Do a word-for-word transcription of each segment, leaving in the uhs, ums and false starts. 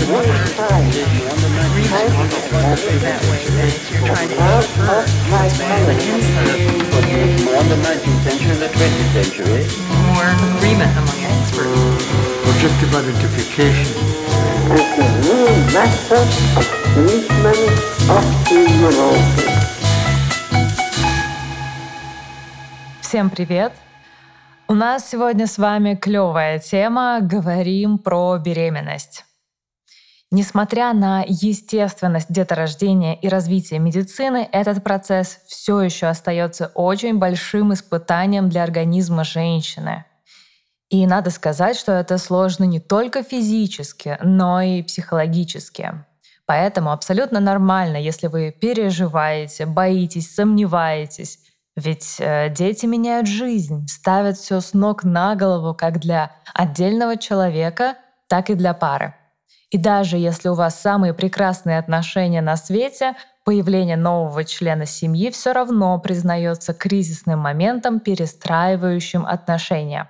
that way, that if you're trying to invert what's been put inside, More the nineteenth century, the twentieth century. more agreement among experts. Objective identification. As the new method of treatment of the neurosis. Всем привет! У нас сегодня с вами клевая тема «Говорим про беременность». Несмотря на естественность деторождения и развития медицины, этот процесс все еще остается очень большим испытанием для организма женщины. И надо сказать, что это сложно не только физически, но и психологически. Поэтому абсолютно нормально, если вы переживаете, боитесь, сомневаетесь. Ведь э, дети меняют жизнь, ставят все с ног на голову как для отдельного человека, так и для пары. И даже если у вас самые прекрасные отношения на свете, появление нового члена семьи все равно признается кризисным моментом, перестраивающим отношения.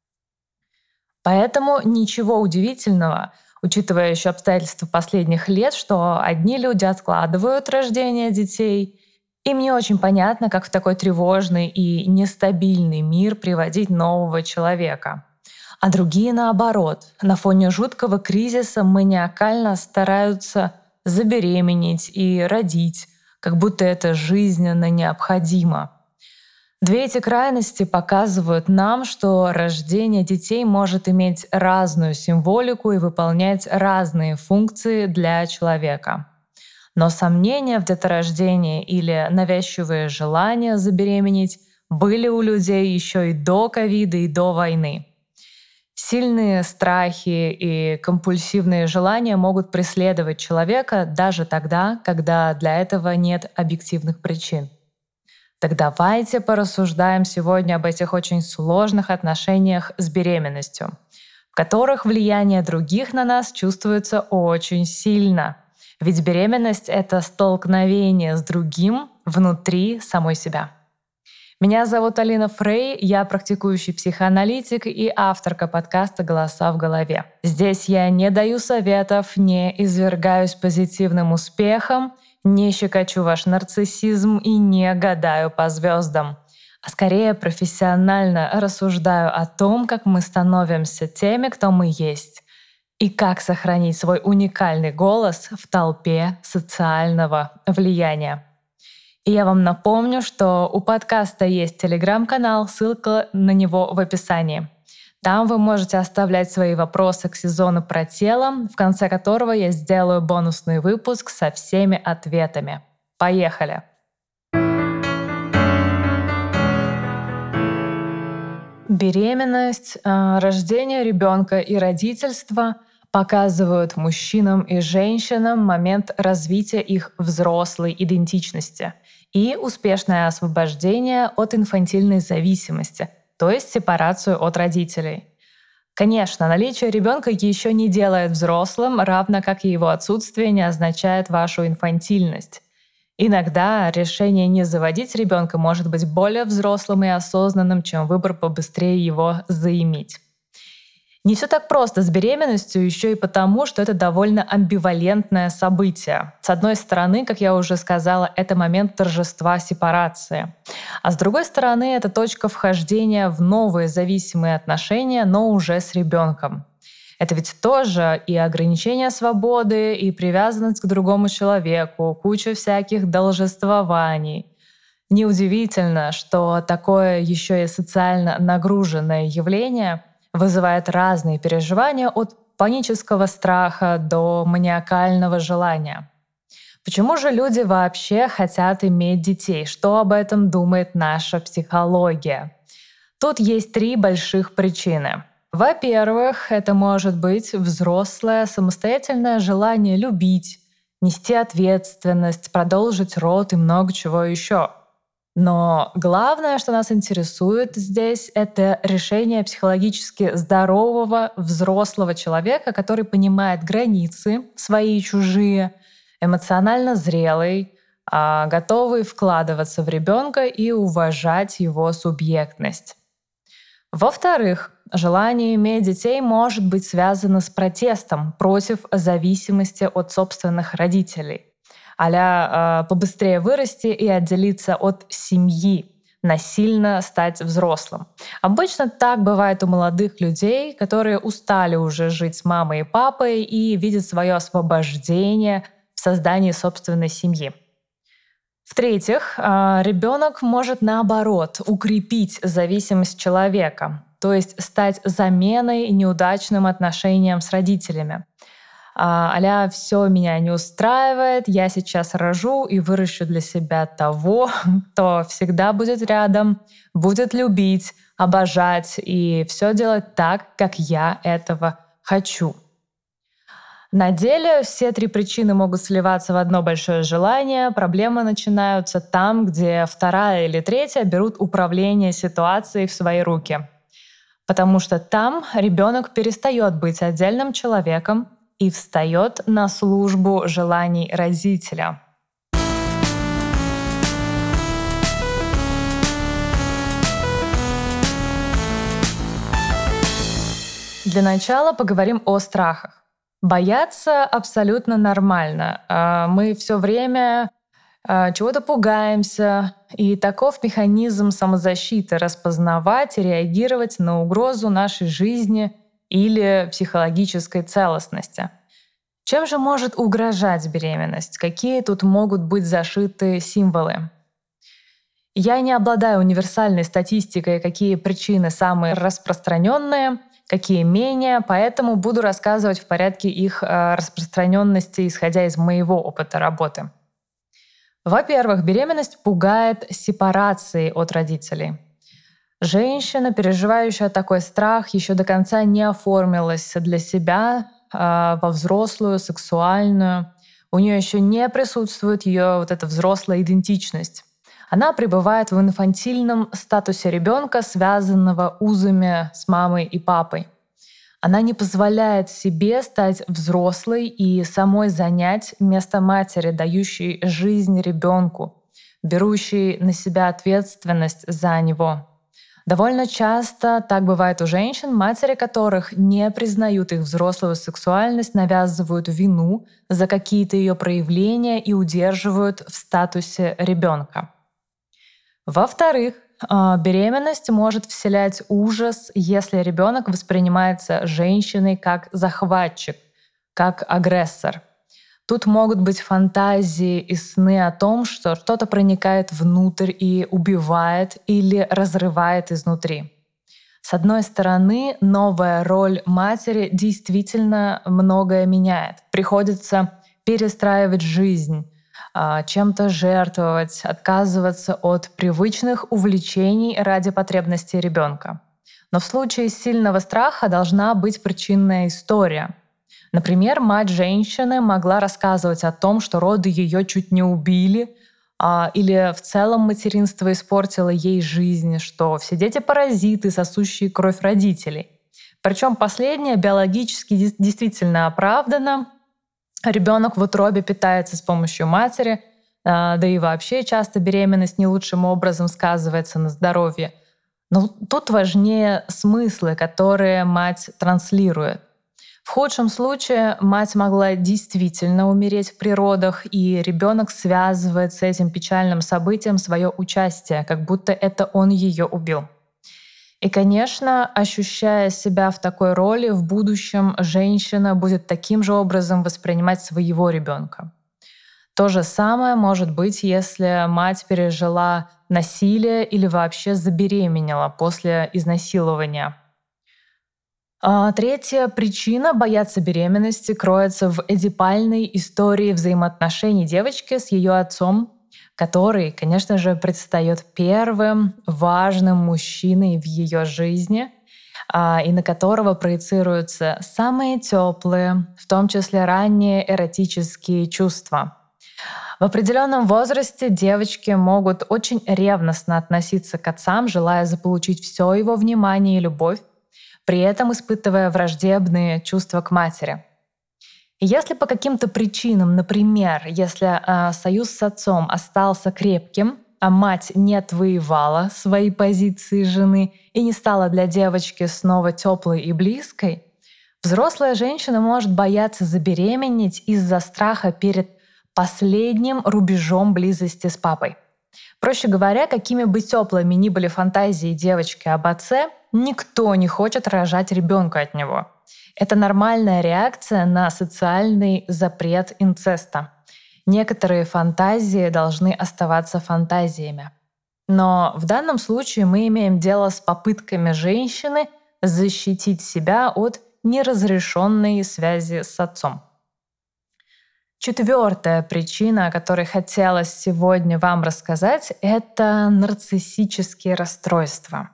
Поэтому ничего удивительного, учитывая еще обстоятельства последних лет, что одни люди откладывают рождение детей. Им не очень понятно, как в такой тревожный и нестабильный мир приводить нового человека. А другие, наоборот, на фоне жуткого кризиса маниакально стараются забеременеть и родить, как будто это жизненно необходимо. Две эти крайности показывают нам, что рождение детей может иметь разную символику и выполнять разные функции для человека. Но сомнения в деторождении или навязчивые желания забеременеть были у людей еще и до ковида, и до войны. Сильные страхи и компульсивные желания могут преследовать человека даже тогда, когда для этого нет объективных причин. Так давайте порассуждаем сегодня об этих очень сложных отношениях с беременностью, в которых влияние других на нас чувствуется очень сильно. Ведь беременность — это столкновение с другим внутри самой себя. Меня зовут Алина Фрей, я практикующий психоаналитик и авторка подкаста «Голоса в голове». Здесь я не даю советов, не извергаюсь позитивным успехом, не щекочу ваш нарциссизм и не гадаю по звездам, а скорее профессионально рассуждаю о том, как мы становимся теми, кто мы есть, и как сохранить свой уникальный голос в толпе социального влияния. И я вам напомню, что у подкаста есть телеграм-канал, ссылка на него в описании. Там вы можете оставлять свои вопросы к сезону про тело, в конце которого я сделаю бонусный выпуск со всеми ответами. Поехали! Беременность, рождение ребенка и родительство показывают мужчинам и женщинам момент развития их взрослой идентичности и успешное освобождение от инфантильной зависимости, то есть сепарацию от родителей. Конечно, наличие ребенка еще не делает взрослым, равно как и его отсутствие не означает вашу инфантильность. Иногда решение не заводить ребенка может быть более взрослым и осознанным, чем выбор побыстрее его заиметь. Не все так просто с беременностью, еще и потому, что это довольно амбивалентное событие. С одной стороны, как я уже сказала, это момент торжества сепарации. А с другой стороны, это точка вхождения в новые зависимые отношения, но уже с ребенком. Это ведь тоже и ограничение свободы, и привязанность к другому человеку, куча всяких должествований. Неудивительно, что такое еще и социально нагруженное явление вызывает разные переживания от панического страха до маниакального желания. Почему же люди вообще хотят иметь детей? Что об этом думает наша психология? Тут есть три больших причины. Во-первых, это может быть взрослое самостоятельное желание любить, нести ответственность, продолжить род и много чего еще. Но главное, что нас интересует здесь, это решение психологически здорового взрослого человека, который понимает границы свои и чужие, эмоционально зрелый, готовый вкладываться в ребенка и уважать его субъектность. Во-вторых, желание иметь детей может быть связано с протестом против зависимости от собственных родителей. А-ля э, побыстрее вырасти и отделиться от семьи, насильно стать взрослым. Обычно так бывает у молодых людей, которые устали уже жить с мамой и папой и видят свое освобождение в создании собственной семьи. В-третьих, ребенок может, наоборот, укрепить зависимость человека, то есть стать заменой неудачным отношениям с родителями. А-ля «все меня не устраивает, я сейчас рожу и выращу для себя того, кто всегда будет рядом, будет любить, обожать и все делать так, как я этого хочу». На деле все три причины могут сливаться в одно большое желание. Проблемы начинаются там, где вторая или третья берут управление ситуацией в свои руки. Потому что там ребенок перестает быть отдельным человеком и встает на службу желаний родителя. Для начала поговорим о страхах. Бояться абсолютно нормально. Мы все время чего-то пугаемся, и таков механизм самозащиты — распознавать и реагировать на угрозу нашей жизни или психологической целостности. Чем же может угрожать беременность? Какие тут могут быть зашиты символы? Я не обладаю универсальной статистикой, какие причины самые распространенные, какие менее, поэтому буду рассказывать в порядке их распространенности, исходя из моего опыта работы. Во-первых, беременность пугает сепарацией от родителей. Женщина, переживающая такой страх, еще до конца не оформилась для себя э, во взрослую, сексуальную. У нее еще не присутствует ее вот эта взрослая идентичность. Она пребывает в инфантильном статусе ребенка, связанного узами с мамой и папой. Она не позволяет себе стать взрослой и самой занять место матери, дающей жизнь ребенку, берущей на себя ответственность за него. Довольно часто так бывает у женщин, матери которых не признают их взрослую сексуальность, навязывают вину за какие-то ее проявления и удерживают в статусе ребенка. Во-вторых, беременность может вселять ужас, если ребенок воспринимается женщиной как захватчик, как агрессор. Тут могут быть фантазии и сны о том, что что-то проникает внутрь и убивает или разрывает изнутри. С одной стороны, новая роль матери действительно многое меняет. Приходится перестраивать жизнь, чем-то жертвовать, отказываться от привычных увлечений ради потребностей ребенка. Но в случае сильного страха должна быть причинная история. Например, мать женщины могла рассказывать о том, что роды ее чуть не убили, или в целом материнство испортило ей жизнь, что все дети — паразиты, сосущие кровь родителей. Причем последнее биологически действительно оправдано. Ребенок в утробе питается с помощью матери, да и вообще часто беременность не лучшим образом сказывается на здоровье. Но тут важнее смыслы, которые мать транслирует. В худшем случае мать могла действительно умереть при родах, и ребенок связывает с этим печальным событием свое участие, как будто это он ее убил. И, конечно, ощущая себя в такой роли, в будущем женщина будет таким же образом воспринимать своего ребенка. То же самое может быть, если мать пережила насилие или вообще забеременела после изнасилования. А третья причина бояться беременности кроется в эдипальной истории взаимоотношений девочки с ее отцом, который, конечно же, предстает первым важным мужчиной в ее жизни, и на которого проецируются самые теплые, в том числе ранние эротические чувства. В определенном возрасте девочки могут очень ревностно относиться к отцам, желая заполучить все его внимание и любовь, при этом испытывая враждебные чувства к матери. И если по каким-то причинам, например, если э, союз с отцом остался крепким, а мать не отвоевала свои позиции жены и не стала для девочки снова теплой и близкой, взрослая женщина может бояться забеременеть из-за страха перед последним рубежом близости с папой. Проще говоря, какими бы теплыми ни были фантазии девочки об отце, никто не хочет рожать ребенка от него. Это нормальная реакция на социальный запрет инцеста. Некоторые фантазии должны оставаться фантазиями. Но в данном случае мы имеем дело с попытками женщины защитить себя от неразрешенной связи с отцом. Четвертая причина, о которой хотелось сегодня вам рассказать, это нарциссические расстройства.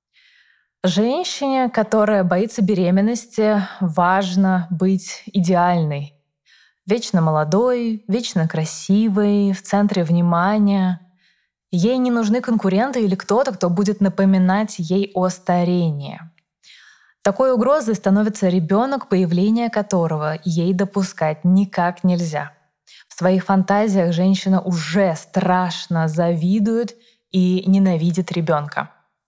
Женщине, которая боится беременности, важно быть идеальной. Вечно молодой, вечно красивой, в центре внимания. Ей не нужны конкуренты или кто-то, кто будет напоминать ей о старении. Такой угрозой становится ребенок, появление которого ей допускать никак нельзя. В своих фантазиях женщина уже страшно завидует и ненавидит ребенка.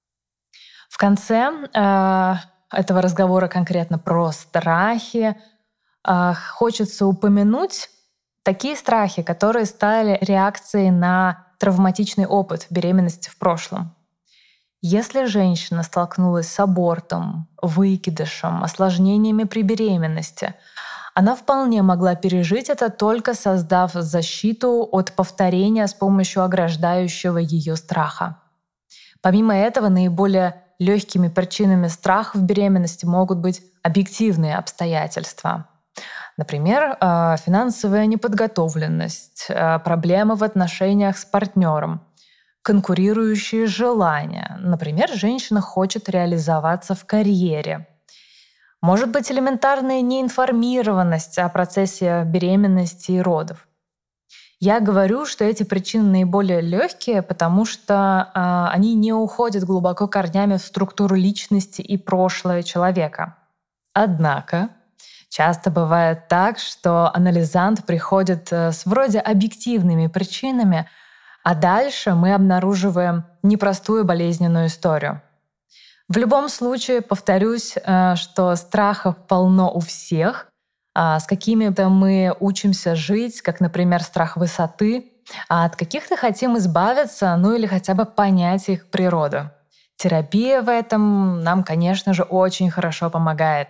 В конце э, этого разговора конкретно про страхи э, хочется упомянуть такие страхи, которые стали реакцией на травматичный опыт беременности в прошлом. Если женщина столкнулась с абортом, выкидышем, осложнениями при беременности, она вполне могла пережить это, только создав защиту от повторения с помощью ограждающего ее страха. Помимо этого, наиболее легкими причинами страха в беременности могут быть объективные обстоятельства. Например, финансовая неподготовленность, проблемы в отношениях с партнером, конкурирующие желания. Например, женщина хочет реализоваться в карьере. Может быть, элементарная неинформированность о процессе беременности и родов. Я говорю, что эти причины наиболее легкие, потому что э, они не уходят глубоко корнями в структуру личности и прошлое человека. Однако часто бывает так, что анализант приходит с вроде объективными причинами, а дальше мы обнаруживаем непростую болезненную историю. В любом случае, повторюсь, э, что страхов полно у всех. С какими-то мы учимся жить, как, например, страх высоты, а от каких-то хотим избавиться, ну или хотя бы понять их природу. Терапия в этом нам, конечно же, очень хорошо помогает.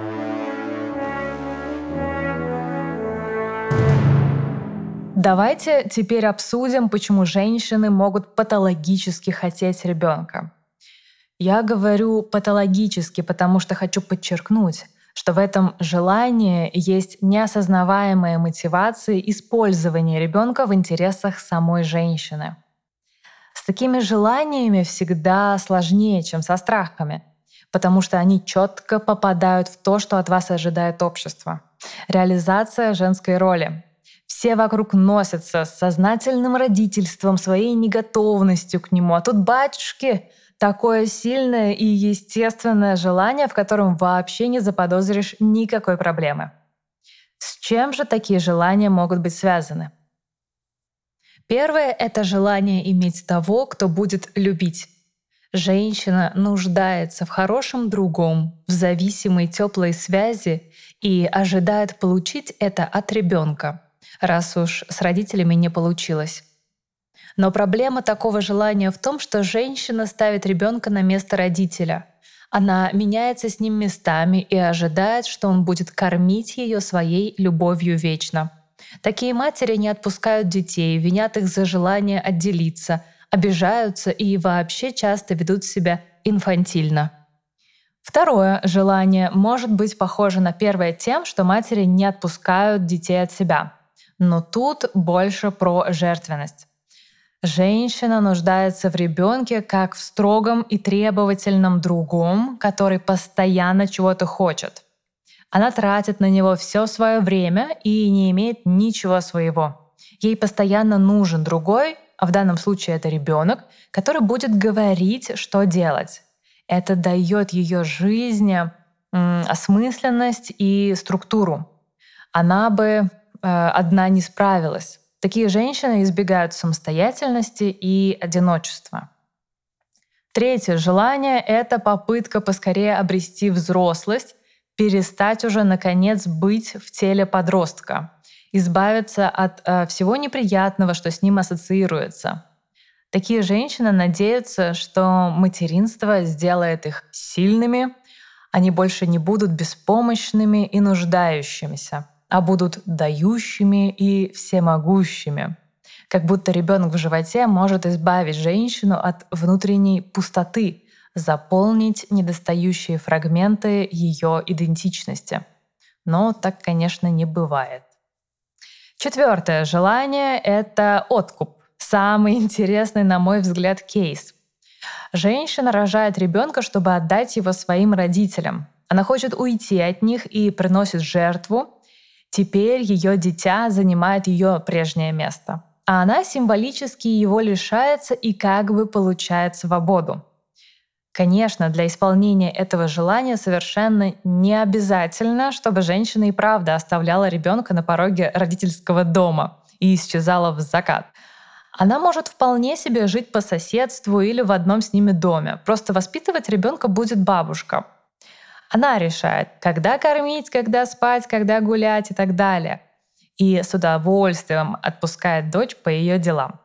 Давайте теперь обсудим, почему женщины могут патологически хотеть ребенка. Я говорю патологически, потому что хочу подчеркнуть, что в этом желании есть неосознаваемая мотивация использования ребенка в интересах самой женщины. С такими желаниями всегда сложнее, чем со страхами, потому что они четко попадают в то, что от вас ожидает общество. Реализация женской роли. Все вокруг носятся с сознательным родительством, своей неготовностью к нему, а тут батюшки — такое сильное и естественное желание, в котором вообще не заподозришь никакой проблемы. С чем же такие желания могут быть связаны? Первое — это желание иметь того, кто будет любить. Женщина нуждается в хорошем другом, в зависимой теплой связи и ожидает получить это от ребенка, раз уж с родителями не получилось. Но проблема такого желания в том, что женщина ставит ребенка на место родителя. Она меняется с ним местами и ожидает, что он будет кормить ее своей любовью вечно. Такие матери не отпускают детей, винят их за желание отделиться, обижаются и вообще часто ведут себя инфантильно. Второе желание может быть похоже на первое тем, что матери не отпускают детей от себя. Но тут больше про жертвенность. Женщина нуждается в ребенке как в строгом и требовательном другом, который постоянно чего-то хочет. Она тратит на него все свое время и не имеет ничего своего. Ей постоянно нужен другой, а в данном случае это ребенок, который будет говорить, что делать. Это дает ее жизни м, осмысленность и структуру. Она бы э, одна не справилась. Такие женщины избегают самостоятельности и одиночества. Третье желание — это попытка поскорее обрести взрослость, перестать уже, наконец, быть в теле подростка, избавиться от э, всего неприятного, что с ним ассоциируется. Такие женщины надеются, что материнство сделает их сильными, они больше не будут беспомощными и нуждающимися, а будут дающими и всемогущими. Как будто ребенок в животе может избавить женщину от внутренней пустоты, заполнить недостающие фрагменты ее идентичности. Но так, конечно, не бывает. Четвертое желание — это откуп. Самый интересный, на мой взгляд, кейс. Женщина рожает ребенка, чтобы отдать его своим родителям. Она хочет уйти от них и приносит жертву. Теперь ее дитя занимает ее прежнее место. А она символически его лишается и как бы получает свободу. Конечно, для исполнения этого желания совершенно не обязательно, чтобы женщина и правда оставляла ребенка на пороге родительского дома и исчезала в закат. Она может вполне себе жить по соседству или в одном с ними доме. Просто воспитывать ребенка будет бабушка. Она решает, когда кормить, когда спать, когда гулять и так далее. И с удовольствием отпускает дочь по ее делам.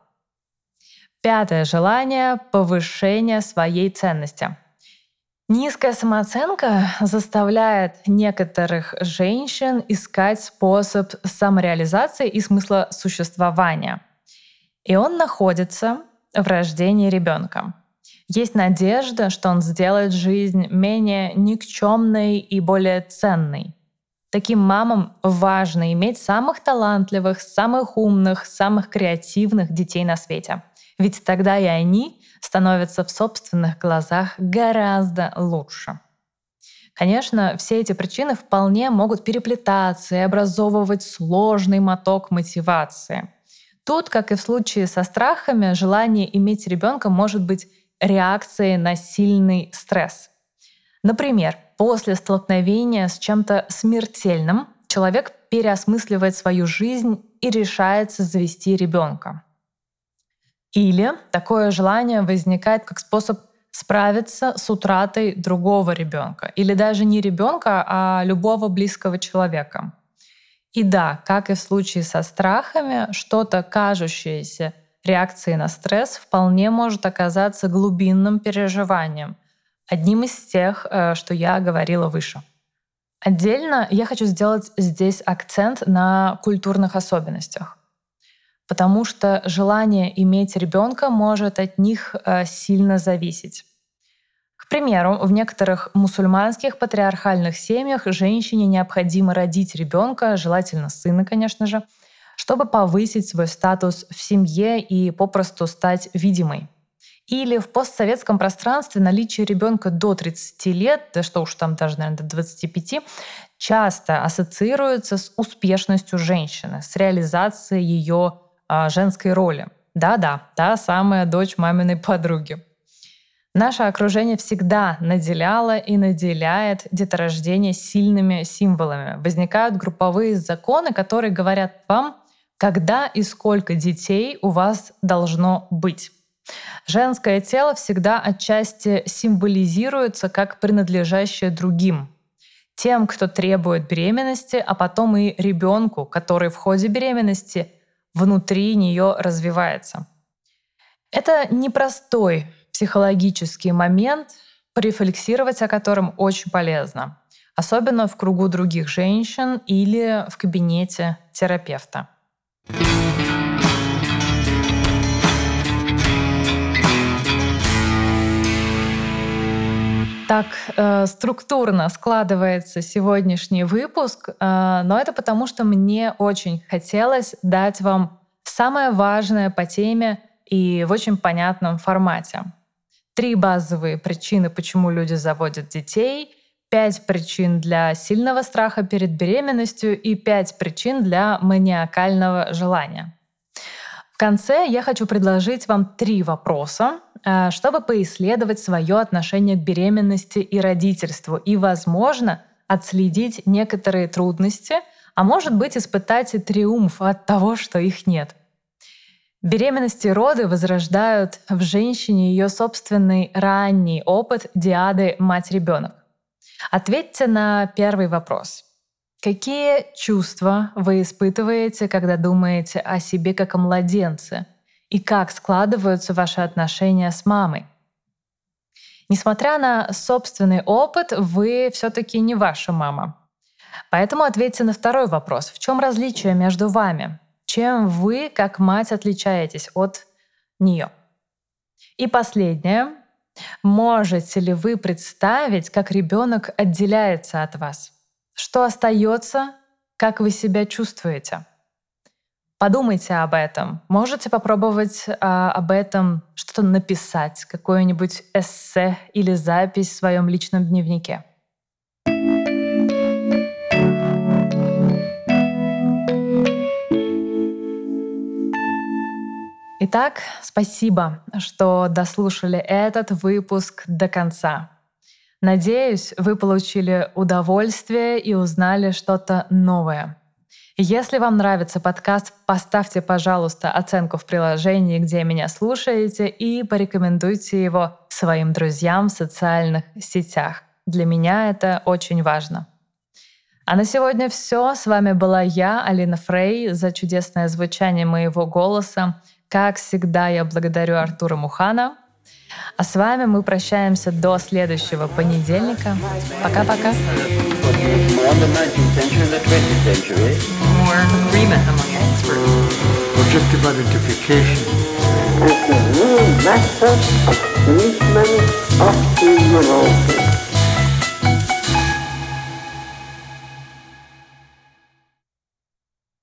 Пятое желание — повышение своей ценности. Низкая самооценка заставляет некоторых женщин искать способ самореализации и смысла существования. И он находится в рождении ребенка. Есть надежда, что он сделает жизнь менее никчемной и более ценной. Таким мамам важно иметь самых талантливых, самых умных, самых креативных детей на свете. Ведь тогда и они становятся в собственных глазах гораздо лучше. Конечно, все эти причины вполне могут переплетаться и образовывать сложный моток мотивации. Тут, как и в случае со страхами, желание иметь ребенка может быть реакцией на сильный стресс. Например, после столкновения с чем-то смертельным человек переосмысливает свою жизнь и решается завести ребенка. Или такое желание возникает как способ справиться с утратой другого ребенка, или даже не ребенка, а любого близкого человека. И да, как и в случае со страхами, что-то кажущееся реакцией на стресс вполне может оказаться глубинным переживанием, одним из тех, что я говорила выше. Отдельно я хочу сделать здесь акцент на культурных особенностях, потому что желание иметь ребенка может от них сильно зависеть. К примеру, в некоторых мусульманских патриархальных семьях женщине необходимо родить ребенка, желательно сына, конечно же, чтобы повысить свой статус в семье и попросту стать видимой. Или в постсоветском пространстве наличие ребенка до тридцати лет, да что уж там даже, наверное, до двадцати пяти, часто ассоциируется с успешностью женщины, с реализацией ее а, женской роли. Да-да, та самая дочь маминой подруги. Наше окружение всегда наделяло и наделяет деторождение сильными символами. Возникают групповые законы, которые говорят вам, когда и сколько детей у вас должно быть. Женское тело всегда отчасти символизируется как принадлежащее другим. Тем, кто требует беременности, а потом и ребенку, который в ходе беременности внутри нее развивается. Это непростой психологический момент, порефлексировать о котором очень полезно, особенно в кругу других женщин или в кабинете терапевта. Так э, структурно складывается сегодняшний выпуск, э, но это потому, что мне очень хотелось дать вам самое важное по теме и в очень понятном формате. Три базовые причины, почему люди заводят детей, пять причин для сильного страха перед беременностью и пять причин для маниакального желания. В конце я хочу предложить вам три вопроса, чтобы поисследовать свое отношение к беременности и родительству и, возможно, отследить некоторые трудности, а может быть, испытать и триумф от того, что их нет. Беременность и роды возрождают в женщине ее собственный ранний опыт диады «мать-ребенок». Ответьте на первый вопрос. Какие чувства вы испытываете, когда думаете о себе как о младенце? И как складываются ваши отношения с мамой? Несмотря на собственный опыт, вы все-таки не ваша мама. Поэтому ответьте на второй вопрос. В чем различие между вами? Чем вы, как мать, отличаетесь от нее? И последнее. Можете ли вы представить, как ребенок отделяется от вас? Что остается? Как вы себя чувствуете? Подумайте об этом. Можете попробовать а, об этом что-то написать, какое-нибудь эссе или запись в своем личном дневнике. Итак, спасибо, что дослушали этот выпуск до конца. Надеюсь, вы получили удовольствие и узнали что-то новое. Если вам нравится подкаст, поставьте, пожалуйста, оценку в приложении, где меня слушаете, и порекомендуйте его своим друзьям в социальных сетях. Для меня это очень важно. А на сегодня все. С вами была я, Алина Фрей, за чудесное звучание моего голоса. Как всегда, я благодарю Артура Мухана. А с вами мы прощаемся до следующего понедельника. Пока-пока. More in the nineteenth century than the twentieth century. More agreement among experts. Objective identification. as the new method of treatment of the neurosis.